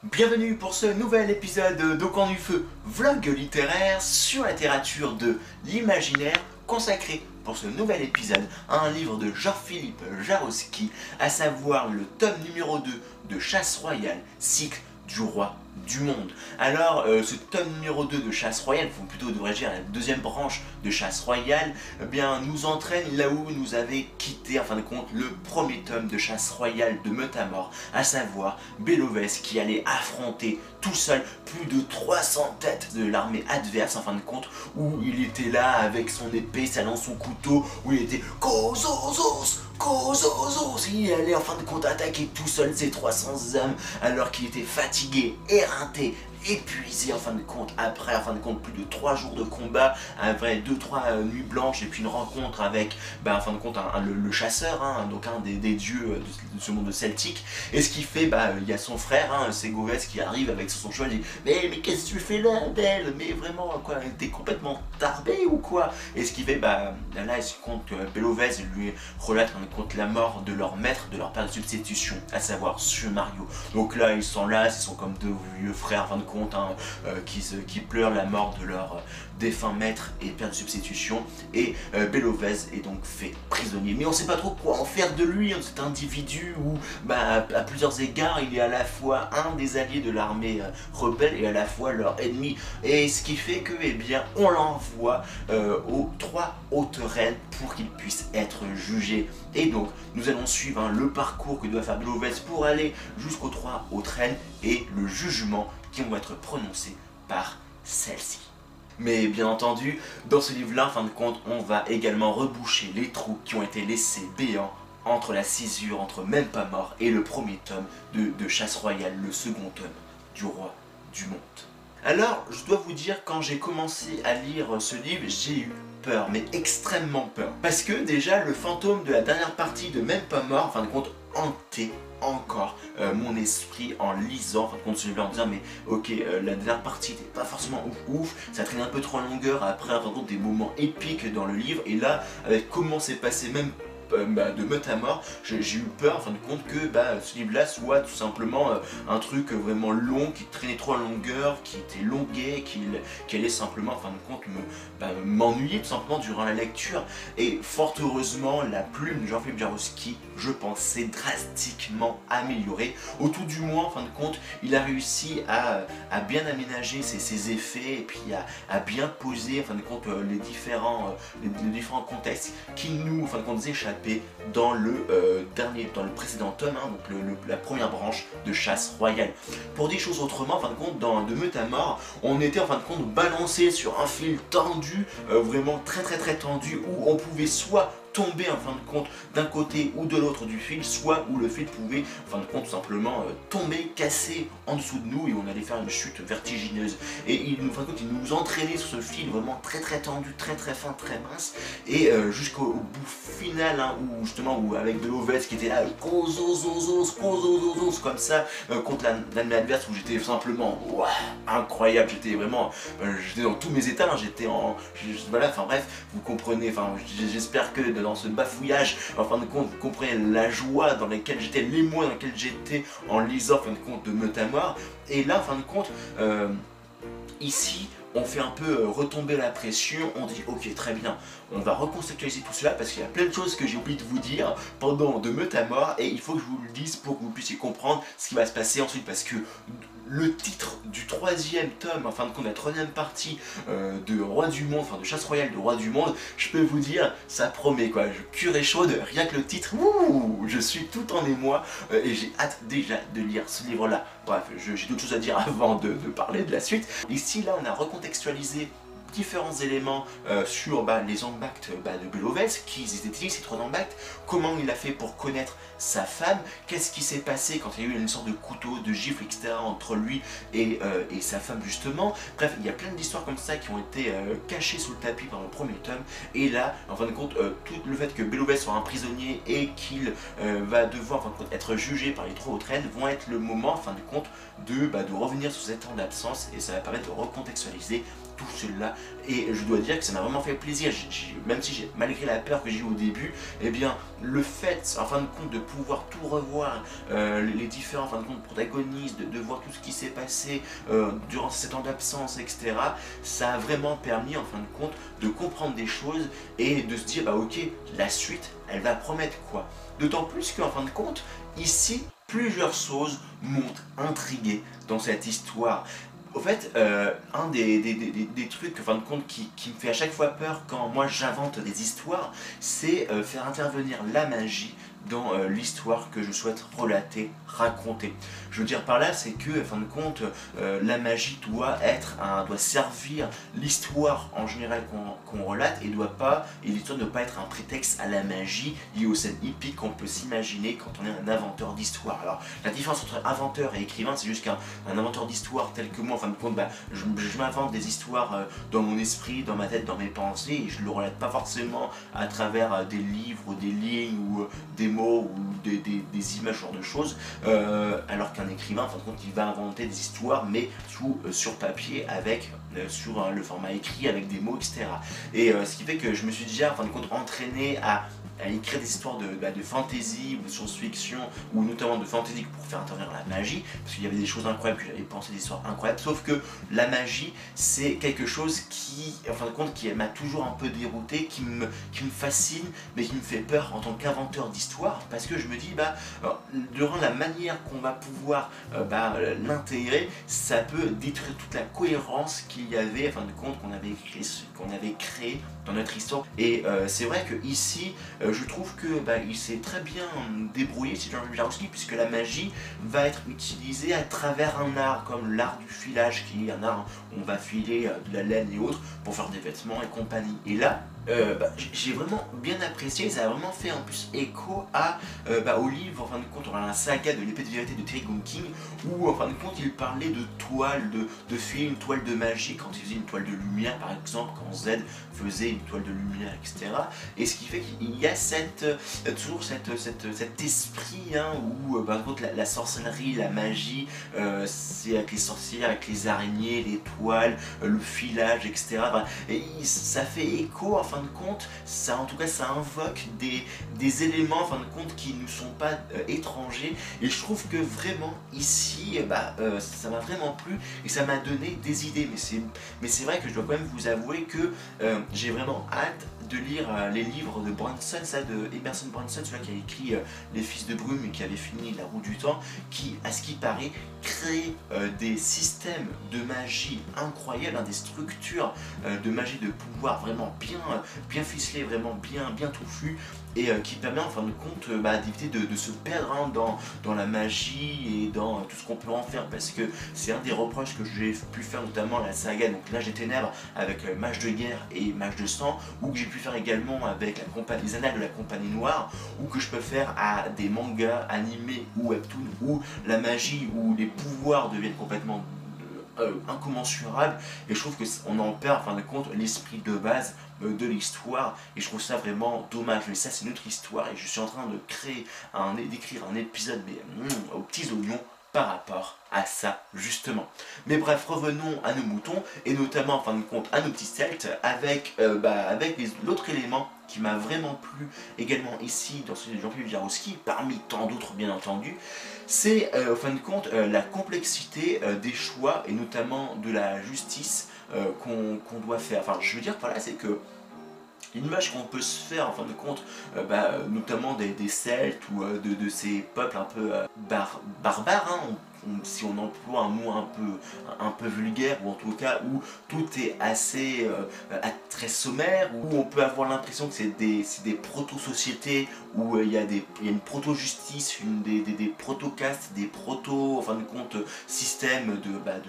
Bienvenue pour ce nouvel épisode d'Au Camp du Feu, vlog littéraire sur la littérature de l'imaginaire consacré pour ce nouvel épisode à un livre de Jean-Philippe Jaroski, à savoir le tome numéro 2 de Chasse royale, cycle du roi du monde. Alors, ce tome numéro 2 de Chasse royale, ou plutôt devrais-je dire la deuxième branche de Chasse royale, nous entraîne là où nous avait quitté, en fin de compte, le premier tome de Chasse royale de Meute à Mort, à savoir Bellovès qui allait affronter tout seul plus de 300 têtes de l'armée adverse, en fin de compte, où il était là avec son épée, salant son couteau, où il était Kozozos, Kozozos, il allait en fin de compte attaquer tout seul ces 300 hommes alors qu'il était fatigué, éreinté, épuisé en fin de compte, après en fin de compte plus de 3 jours de combat, après 2-3 nuits blanches et puis une rencontre avec en fin de compte le chasseur, donc un des dieux de ce monde celtique. Et ce qui fait, il y a son frère, Ségolène, qui arrive avec son cheval et dit mais qu'est-ce que tu fais là, Belle, mais vraiment quoi, t'es complètement tarbé ou quoi? Et ce qui fait, là il se compte que Bellovès lui relate en compte la mort de leur maître, de leur père de substitution, à savoir Mario. Donc là ils s'enlacent, ils sont comme deux vieux frères en fin de compte, qui pleurent la mort de leur défunt maître et père de substitution, et Bellovès est donc fait prisonnier. Mais on sait pas trop quoi en faire de lui, cet individu où à plusieurs égards il est à la fois un des alliés de l'armée rebelle et à la fois leur ennemi. Et ce qui fait que on l'envoie aux 3 hautes reines pour qu'il puisse être jugé. Et donc nous allons suivre le parcours que doit faire Bellovès pour aller jusqu'aux 3 hautes reines et le jugement qui vont être prononcés par celle-ci. Mais bien entendu, dans ce livre-là, en fin de compte, on va également reboucher les trous qui ont été laissés béants entre la césure entre Même pas mort et le premier tome de Chasse royale, le second tome du roi du monde. Alors, je dois vous dire, quand j'ai commencé à lire ce livre, j'ai eu peur, mais extrêmement peur. Parce que déjà, le fantôme de la dernière partie de Même pas mort, en fin de compte, hantait encore mon esprit en lisant, en fin de compte, celui-là en disant mais ok, la dernière partie n'était pas forcément ouf, ça traîne un peu trop en longueur, après en fin de compte des moments épiques dans le livre, et là, avec comment c'est passé même de Meute à Mort, j'ai eu peur en fin de compte que ce livre-là soit tout simplement un truc vraiment long, qui traînait trop en longueur, qui était longuet, qui allait simplement en fin de compte m'ennuyer tout simplement durant la lecture. Et fort heureusement, la plume de Jean-Philippe Jaroski, je pense, s'est drastiquement améliorée. Au tout du moins, en fin de compte, il a réussi à bien aménager ses effets et puis à bien poser en fin de compte les différents contextes qui nous, en fin de compte, échappent dans le précédent tome, donc la première branche de Chasse royale. Pour dire choses autrement, en fin de compte, de Meute à Mort, on était en fin de compte balancé sur un fil tendu, vraiment très tendu, où on pouvait soit tomber en fin de compte d'un côté ou de l'autre du fil, soit où le fil pouvait en fin de compte tout simplement tomber, casser en dessous de nous et on allait faire une chute vertigineuse. Et il nous entraînait sur ce fil vraiment très tendu, très fin, très mince, et jusqu'au bout final, où avec Bellovès qui était là, Kozozos, comme ça, contre l'année adverse, où j'étais simplement incroyable, j'étais vraiment, j'étais dans tous mes états, j'étais en, voilà, enfin bref, vous comprenez, j'espère que dans ce bafouillage, en fin de compte, vous comprenez la joie dans laquelle j'étais, l'émoi dans lequel j'étais en lisant, en fin de compte, de Meute à Mort. Et là, en fin de compte, ici, on fait un peu retomber la pression, on dit ok très bien, on va recontextualiser tout cela parce qu'il y a plein de choses que j'ai oublié de vous dire pendant de Meute à Mort et il faut que je vous le dise pour que vous puissiez comprendre ce qui va se passer ensuite, parce que le titre du 3e tome, en fin de compte la 3e partie de Roi du Monde, de Chasse royale de Roi du Monde, je peux vous dire, ça promet quoi, je curais chaude, rien que le titre, je suis tout en émoi et j'ai hâte déjà de lire ce livre là. Bref, j'ai d'autres choses à dire avant de parler de la suite. Ici là on a recontextualisé différents éléments sur les embacts de Bellovès, qui étaient ces 3 embacts, comment il a fait pour connaître sa femme, qu'est-ce qui s'est passé quand il y a eu une sorte de couteau, de gifle, etc. entre lui et sa femme justement. Bref, il y a plein d'histoires comme ça qui ont été cachées sous le tapis par le premier tome, et là, en fin de compte, tout le fait que Bellovès soit un prisonnier et qu'il va devoir en fin de compte être jugé par les 3 hautes reines vont être le moment, en fin de compte, de revenir sur 7 ans d'absence, et ça va permettre de recontextualiser tout cela et je dois dire que ça m'a vraiment fait plaisir, même si malgré la peur que j'ai eue au début, eh bien le fait en fin de compte de pouvoir tout revoir, les différents en fin de compte protagonistes, de voir tout ce qui s'est passé durant ces 7 ans d'absence, etc., ça a vraiment permis en fin de compte de comprendre des choses et de se dire bah ok, la suite elle va promettre quoi. D'autant plus qu'en fin de compte, ici, plusieurs choses m'ont intrigué dans cette histoire. Au fait, un des trucs en fin de compte, qui me fait à chaque fois peur quand moi j'invente des histoires, c'est faire intervenir la magie dans l'histoire que je souhaite relater, raconter. Je veux dire par là, c'est que, en fin de compte, la magie doit servir l'histoire en général qu'on relate et l'histoire ne doit pas être un prétexte à la magie liée aux scènes hippiques qu'on peut s'imaginer quand on est un inventeur d'histoire. Alors, la différence entre inventeur et écrivain, c'est juste qu'un inventeur d'histoire tel que moi, en fin de compte, bah, je m'invente des histoires dans mon esprit, dans ma tête, dans mes pensées, et je ne le relate pas forcément à travers des livres, ou des lignes, ou des mots ou des images, ce genre de choses, alors qu'un écrivain, en fin de compte, il va inventer des histoires, mais sur papier, sur le format écrit, avec des mots, etc. Et ce qui fait que je me suis déjà, en fin de compte, entraîné à écrire des histoires de fantasy ou de science-fiction, ou notamment de fantasy pour faire intervenir la magie, parce qu'il y avait des choses incroyables, que j'avais pensé des histoires incroyables, sauf que la magie, c'est quelque chose qui, en fin de compte, qui m'a toujours un peu dérouté, qui me fascine, mais qui me fait peur en tant qu'inventeur d'histoire, parce que je me dis, durant la manière qu'on va pouvoir l'intégrer, ça peut détruire toute la cohérence qu'il y avait, en fin de compte, qu'on avait créé dans notre histoire. Et c'est vrai que ici, je trouve que il s'est très bien débrouillé, c'est Jean-Philippe Jarowski, puisque la magie va être utilisée à travers un art comme l'art du filage, qui est un art où on va filer de la laine et autres pour faire des vêtements et compagnie. Et là, j'ai vraiment bien apprécié, ça a vraiment fait en plus écho au livre, en fin de compte, on a la saga de l'épée de vérité de Terry King, où en fin de compte il parlait de toile, de filer une toile de magie quand il faisait une toile de lumière, par exemple quand Z faisait une toile de lumière, etc. Et ce qui fait qu'il y a toujours cet esprit où par contre la sorcellerie, la magie, c'est avec les sorcières, avec les araignées, les toiles, le filage, etc. Et ça fait écho, en fin de compte, ça invoque des éléments en fin de compte qui ne sont pas étrangers, et je trouve que vraiment ici ça m'a vraiment plu et ça m'a donné des idées, mais c'est vrai que je dois quand même vous avouer que j'ai vraiment hâte de lire les livres de Branson, de Emerson Branson, celui qui a écrit Les Fils de Brume et qui avait fini La Roue du Temps, qui, à ce qui paraît, crée des systèmes de magie incroyables, des structures de magie de pouvoir vraiment bien ficelées, vraiment bien touffues, et qui permet en fin de compte d'éviter de se perdre dans la magie et dans tout ce qu'on peut en faire, parce que c'est un des reproches que j'ai pu faire notamment à la saga, donc l'Âge des Ténèbres avec Mage de Guerre et Mage de Sang, ou que j'ai pu faire également avec les Annales de la Compagnie Noire, ou que je peux faire à des mangas animés ou webtoons où la magie ou les pouvoirs deviennent complètement incommensurables, et je trouve qu'on en perd en fin de compte l'esprit de base de l'histoire, et je trouve ça vraiment dommage. Mais ça, c'est notre histoire et je suis en train d'écrire un épisode aux petits oignons par rapport à ça justement. Mais bref, revenons à nos moutons, et notamment en fin de compte à nos petits celtes, avec l'autre élément qui m'a vraiment plu également ici dans celui de Jean-Philippe Jarowski, parmi tant d'autres bien entendu, c'est en fin de compte la complexité des choix, et notamment de la justice qu'on doit faire. Enfin, je veux dire par là, c'est que l'image qu'on peut se faire en fin de compte, notamment des Celtes ou de ces peuples un peu barbares, si on emploie un mot un peu vulgaire, ou en tout cas où tout est assez très sommaire, où on peut avoir l'impression que c'est des proto-sociétés, où il y a une proto-justice, des proto-castes, des proto, en fin de compte, systèmes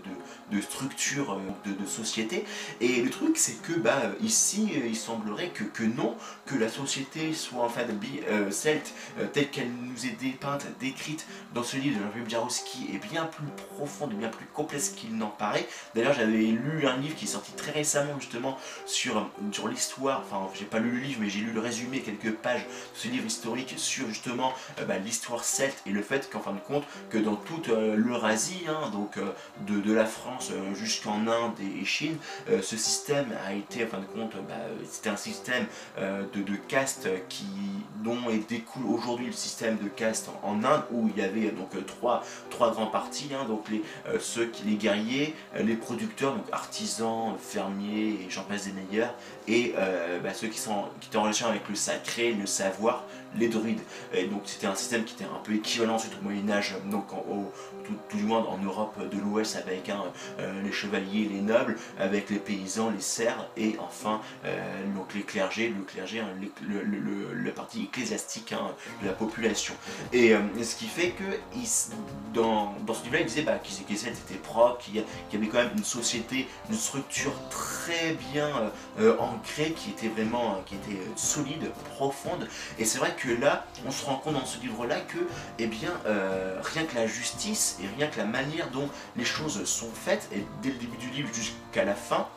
de structure de société. Et le truc, c'est que ici, il semblerait que non, que la société soit en fait celte, telle qu'elle nous est dépeinte, décrite dans ce livre de Jean-Philippe Jarowski et est bien plus profonde et bien plus complexe qu'il n'en paraît. D'ailleurs, j'avais lu un livre qui est sorti très récemment justement sur l'histoire, enfin j'ai pas lu le livre mais j'ai lu le résumé, quelques pages de ce livre historique sur justement l'histoire celte et le fait qu'en fin de compte que dans toute l'Eurasie, hein, donc de la France jusqu'en Inde et Chine, ce système a été en fin de compte, c'était un système de caste dont découle aujourd'hui le système de caste en Inde, où il y avait donc trois grands partis, hein, donc les guerriers, les producteurs, donc artisans, fermiers et j'en passe des meilleurs, et ceux qui étaient en relation avec le sacré, le savoir, les druides. Et donc c'était un système qui était un peu équivalent ensuite au Moyen-Âge, donc tout du moins en Europe de l'Ouest, avec les chevaliers, les nobles, avec les paysans, les serfs, et enfin donc les clergés, hein, la partie ecclésiastique, hein, de la population. Et ce qui fait que dans ce livre-là, il disait qu'ils étaient propres, qu'il y avait quand même une société, une structure très bien ancrée, qui était solide, profonde. Et c'est vrai que là, on se rend compte dans ce livre-là que, rien que la justice et rien que la manière dont les choses sont faites, et dès le début du livre jusqu'à la fin,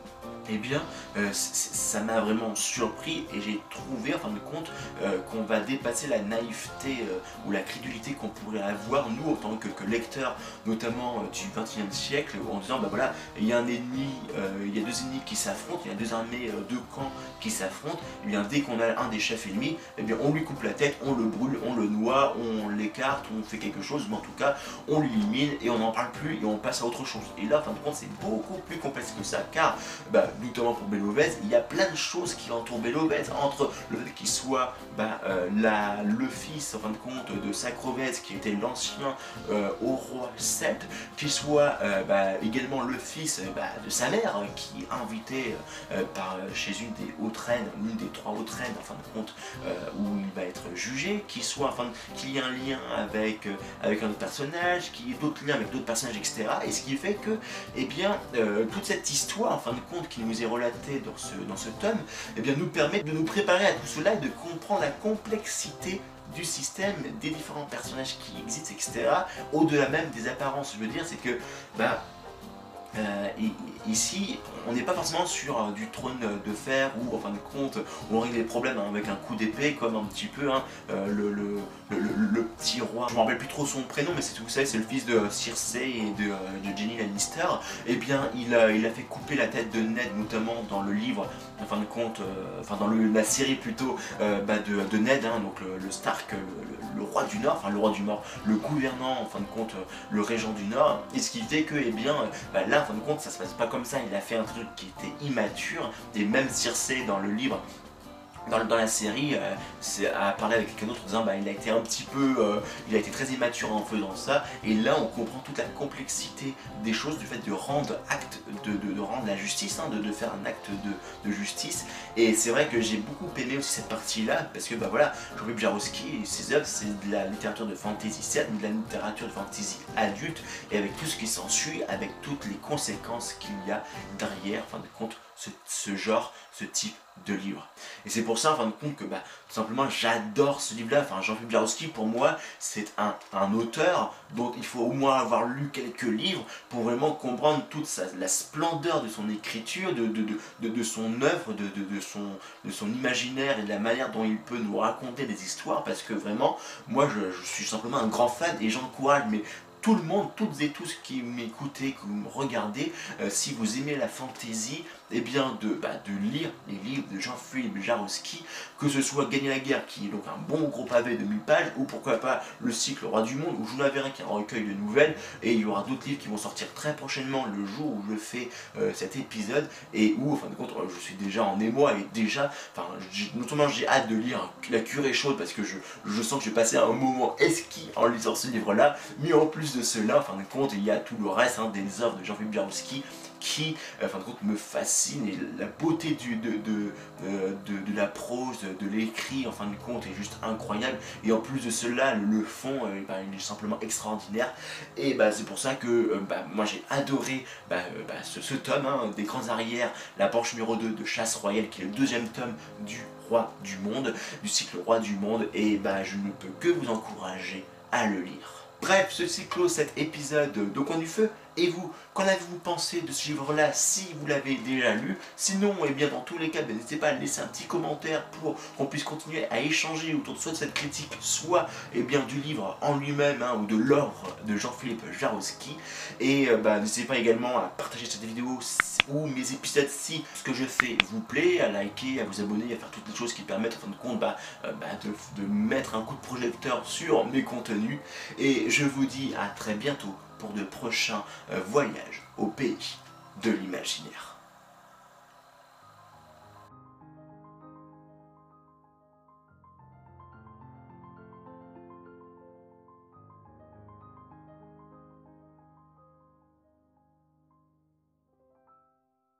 ça m'a vraiment surpris, et j'ai trouvé en fin de compte qu'on va dépasser la naïveté ou la crédulité qu'on pourrait avoir nous en tant que lecteurs, notamment du XXIe siècle, en disant voilà, il y a un ennemi, il y a deux ennemis qui s'affrontent, il y a deux armées, deux camps qui s'affrontent, et bien dès qu'on a un des chefs ennemis, on lui coupe la tête, on le brûle, on le noie, on l'écarte, on fait quelque chose, mais en tout cas on l'élimine et on n'en parle plus et on passe à autre chose. Et là en fin de compte c'est beaucoup plus complexe que ça, car notamment pour Belovès, il y a plein de choses qui entourent Belovès, entre le fait qu'il soit le fils en fin de compte de Sacrovès, qui était l'ancien au roi celte, qu'il soit également le fils de sa mère, qui est invité chez une des hautes reines, l'une des trois hautes reines en fin de compte, où il va être jugé, qu'il y ait un lien avec un autre personnage, qu'il y ait d'autres liens avec d'autres personnages, etc. Et ce qui fait que toute cette histoire en fin de compte qui nous est relatée dans ce tome, nous permet de nous préparer à tout cela et de comprendre la complexité du système, des différents personnages qui existent, etc. Au-delà même des apparences. Je veux dire, c'est que ici, on n'est pas forcément sur du trône de fer où, en fin de compte, on règle les problèmes avec un coup d'épée, comme un petit peu le petit roi. Je ne me rappelle plus trop son prénom, mais vous savez, c'est le fils de Cersei et de Jaime Lannister. Il a fait couper la tête de Ned, notamment dans le livre, en fin de compte, dans la série plutôt, de Ned, hein, donc le Stark, le roi du Nord, le gouvernant, en fin de compte, le régent du Nord. Et ce qui fait que, là, en fin de compte, ça se passe pas comme ça. Il a fait un truc qui était immature, et même Cersei dans le livre, dans la série, a parlé avec quelqu'un d'autre en disant il a été il a été très immature en faisant ça, et là on comprend toute la complexité des choses, du fait de rendre de rendre la justice, hein, de faire un acte de justice. Et c'est vrai que j'ai beaucoup aimé aussi cette partie-là, parce que Jean-Philippe Jaroussky, ses œuvres, c'est de la littérature de fantasy, certes, mais de la littérature de fantasy adulte, et avec tout ce qui s'ensuit, avec toutes les conséquences qu'il y a derrière, en fin de compte, ce genre, ce type de livre. Et c'est pour ça, en fin de compte, que tout simplement j'adore ce livre-là. Jean-Philippe Jaroussky, pour moi, c'est un auteur dont il faut au moins avoir lu quelques livres pour vraiment comprendre toute la splendeur de son écriture, de son œuvre, de son imaginaire et de la manière dont il peut nous raconter des histoires, parce que vraiment, moi je suis simplement un grand fan, et j'encourage tout le monde, toutes et tous qui m'écoutez, qui me regardez, si vous aimez la fantaisie, de lire les livres de Jean-Philippe Jaroussky, que ce soit Gagner la guerre, qui est donc un bon gros pavé de 1000 pages, ou pourquoi pas le cycle Roi du Monde, où je vous l'avais, qui est un recueil de nouvelles, et il y aura d'autres livres qui vont sortir très prochainement le jour où je fais cet épisode, et où, en fin de compte, je suis déjà en émoi, et déjà, notamment j'ai hâte de lire La Curée chaude, parce que je sens que je vais passer un moment esquis en lisant ce livre-là, mais en plus de cela, en fin de compte, il y a tout le reste, hein, des œuvres de Jean-Philippe Jaroussky qui, en fin de compte, me fascine, et la beauté de la prose, de l'écrit, en fin de compte, est juste incroyable, et en plus de cela, le fond, il est simplement extraordinaire, et c'est pour ça que moi j'ai adoré ce tome, hein, des Grands Arrières, la Planche numéro 2 de Chasse Royale, qui est le deuxième tome du Roi du Monde, du cycle Roi du Monde, et je ne peux que vous encourager à le lire. Bref, ceci clôt cet épisode d'Au coin du feu. Et vous, qu'en avez-vous pensé de ce livre-là si vous l'avez déjà lu? Sinon, eh bien, dans tous les cas, n'hésitez pas à laisser un petit commentaire pour qu'on puisse continuer à échanger autour soit de cette critique, soit eh bien, du livre en lui-même ou de l'œuvre de Jean-Philippe Jaroski. Et n'hésitez pas également à partager cette vidéo ou mes épisodes si ce que je fais vous plaît, à liker, à vous abonner, à faire toutes les choses qui permettent en fin de compte de mettre un coup de projecteur sur mes contenus. Et je vous dis à très bientôt pour de prochains voyages au pays de l'imaginaire.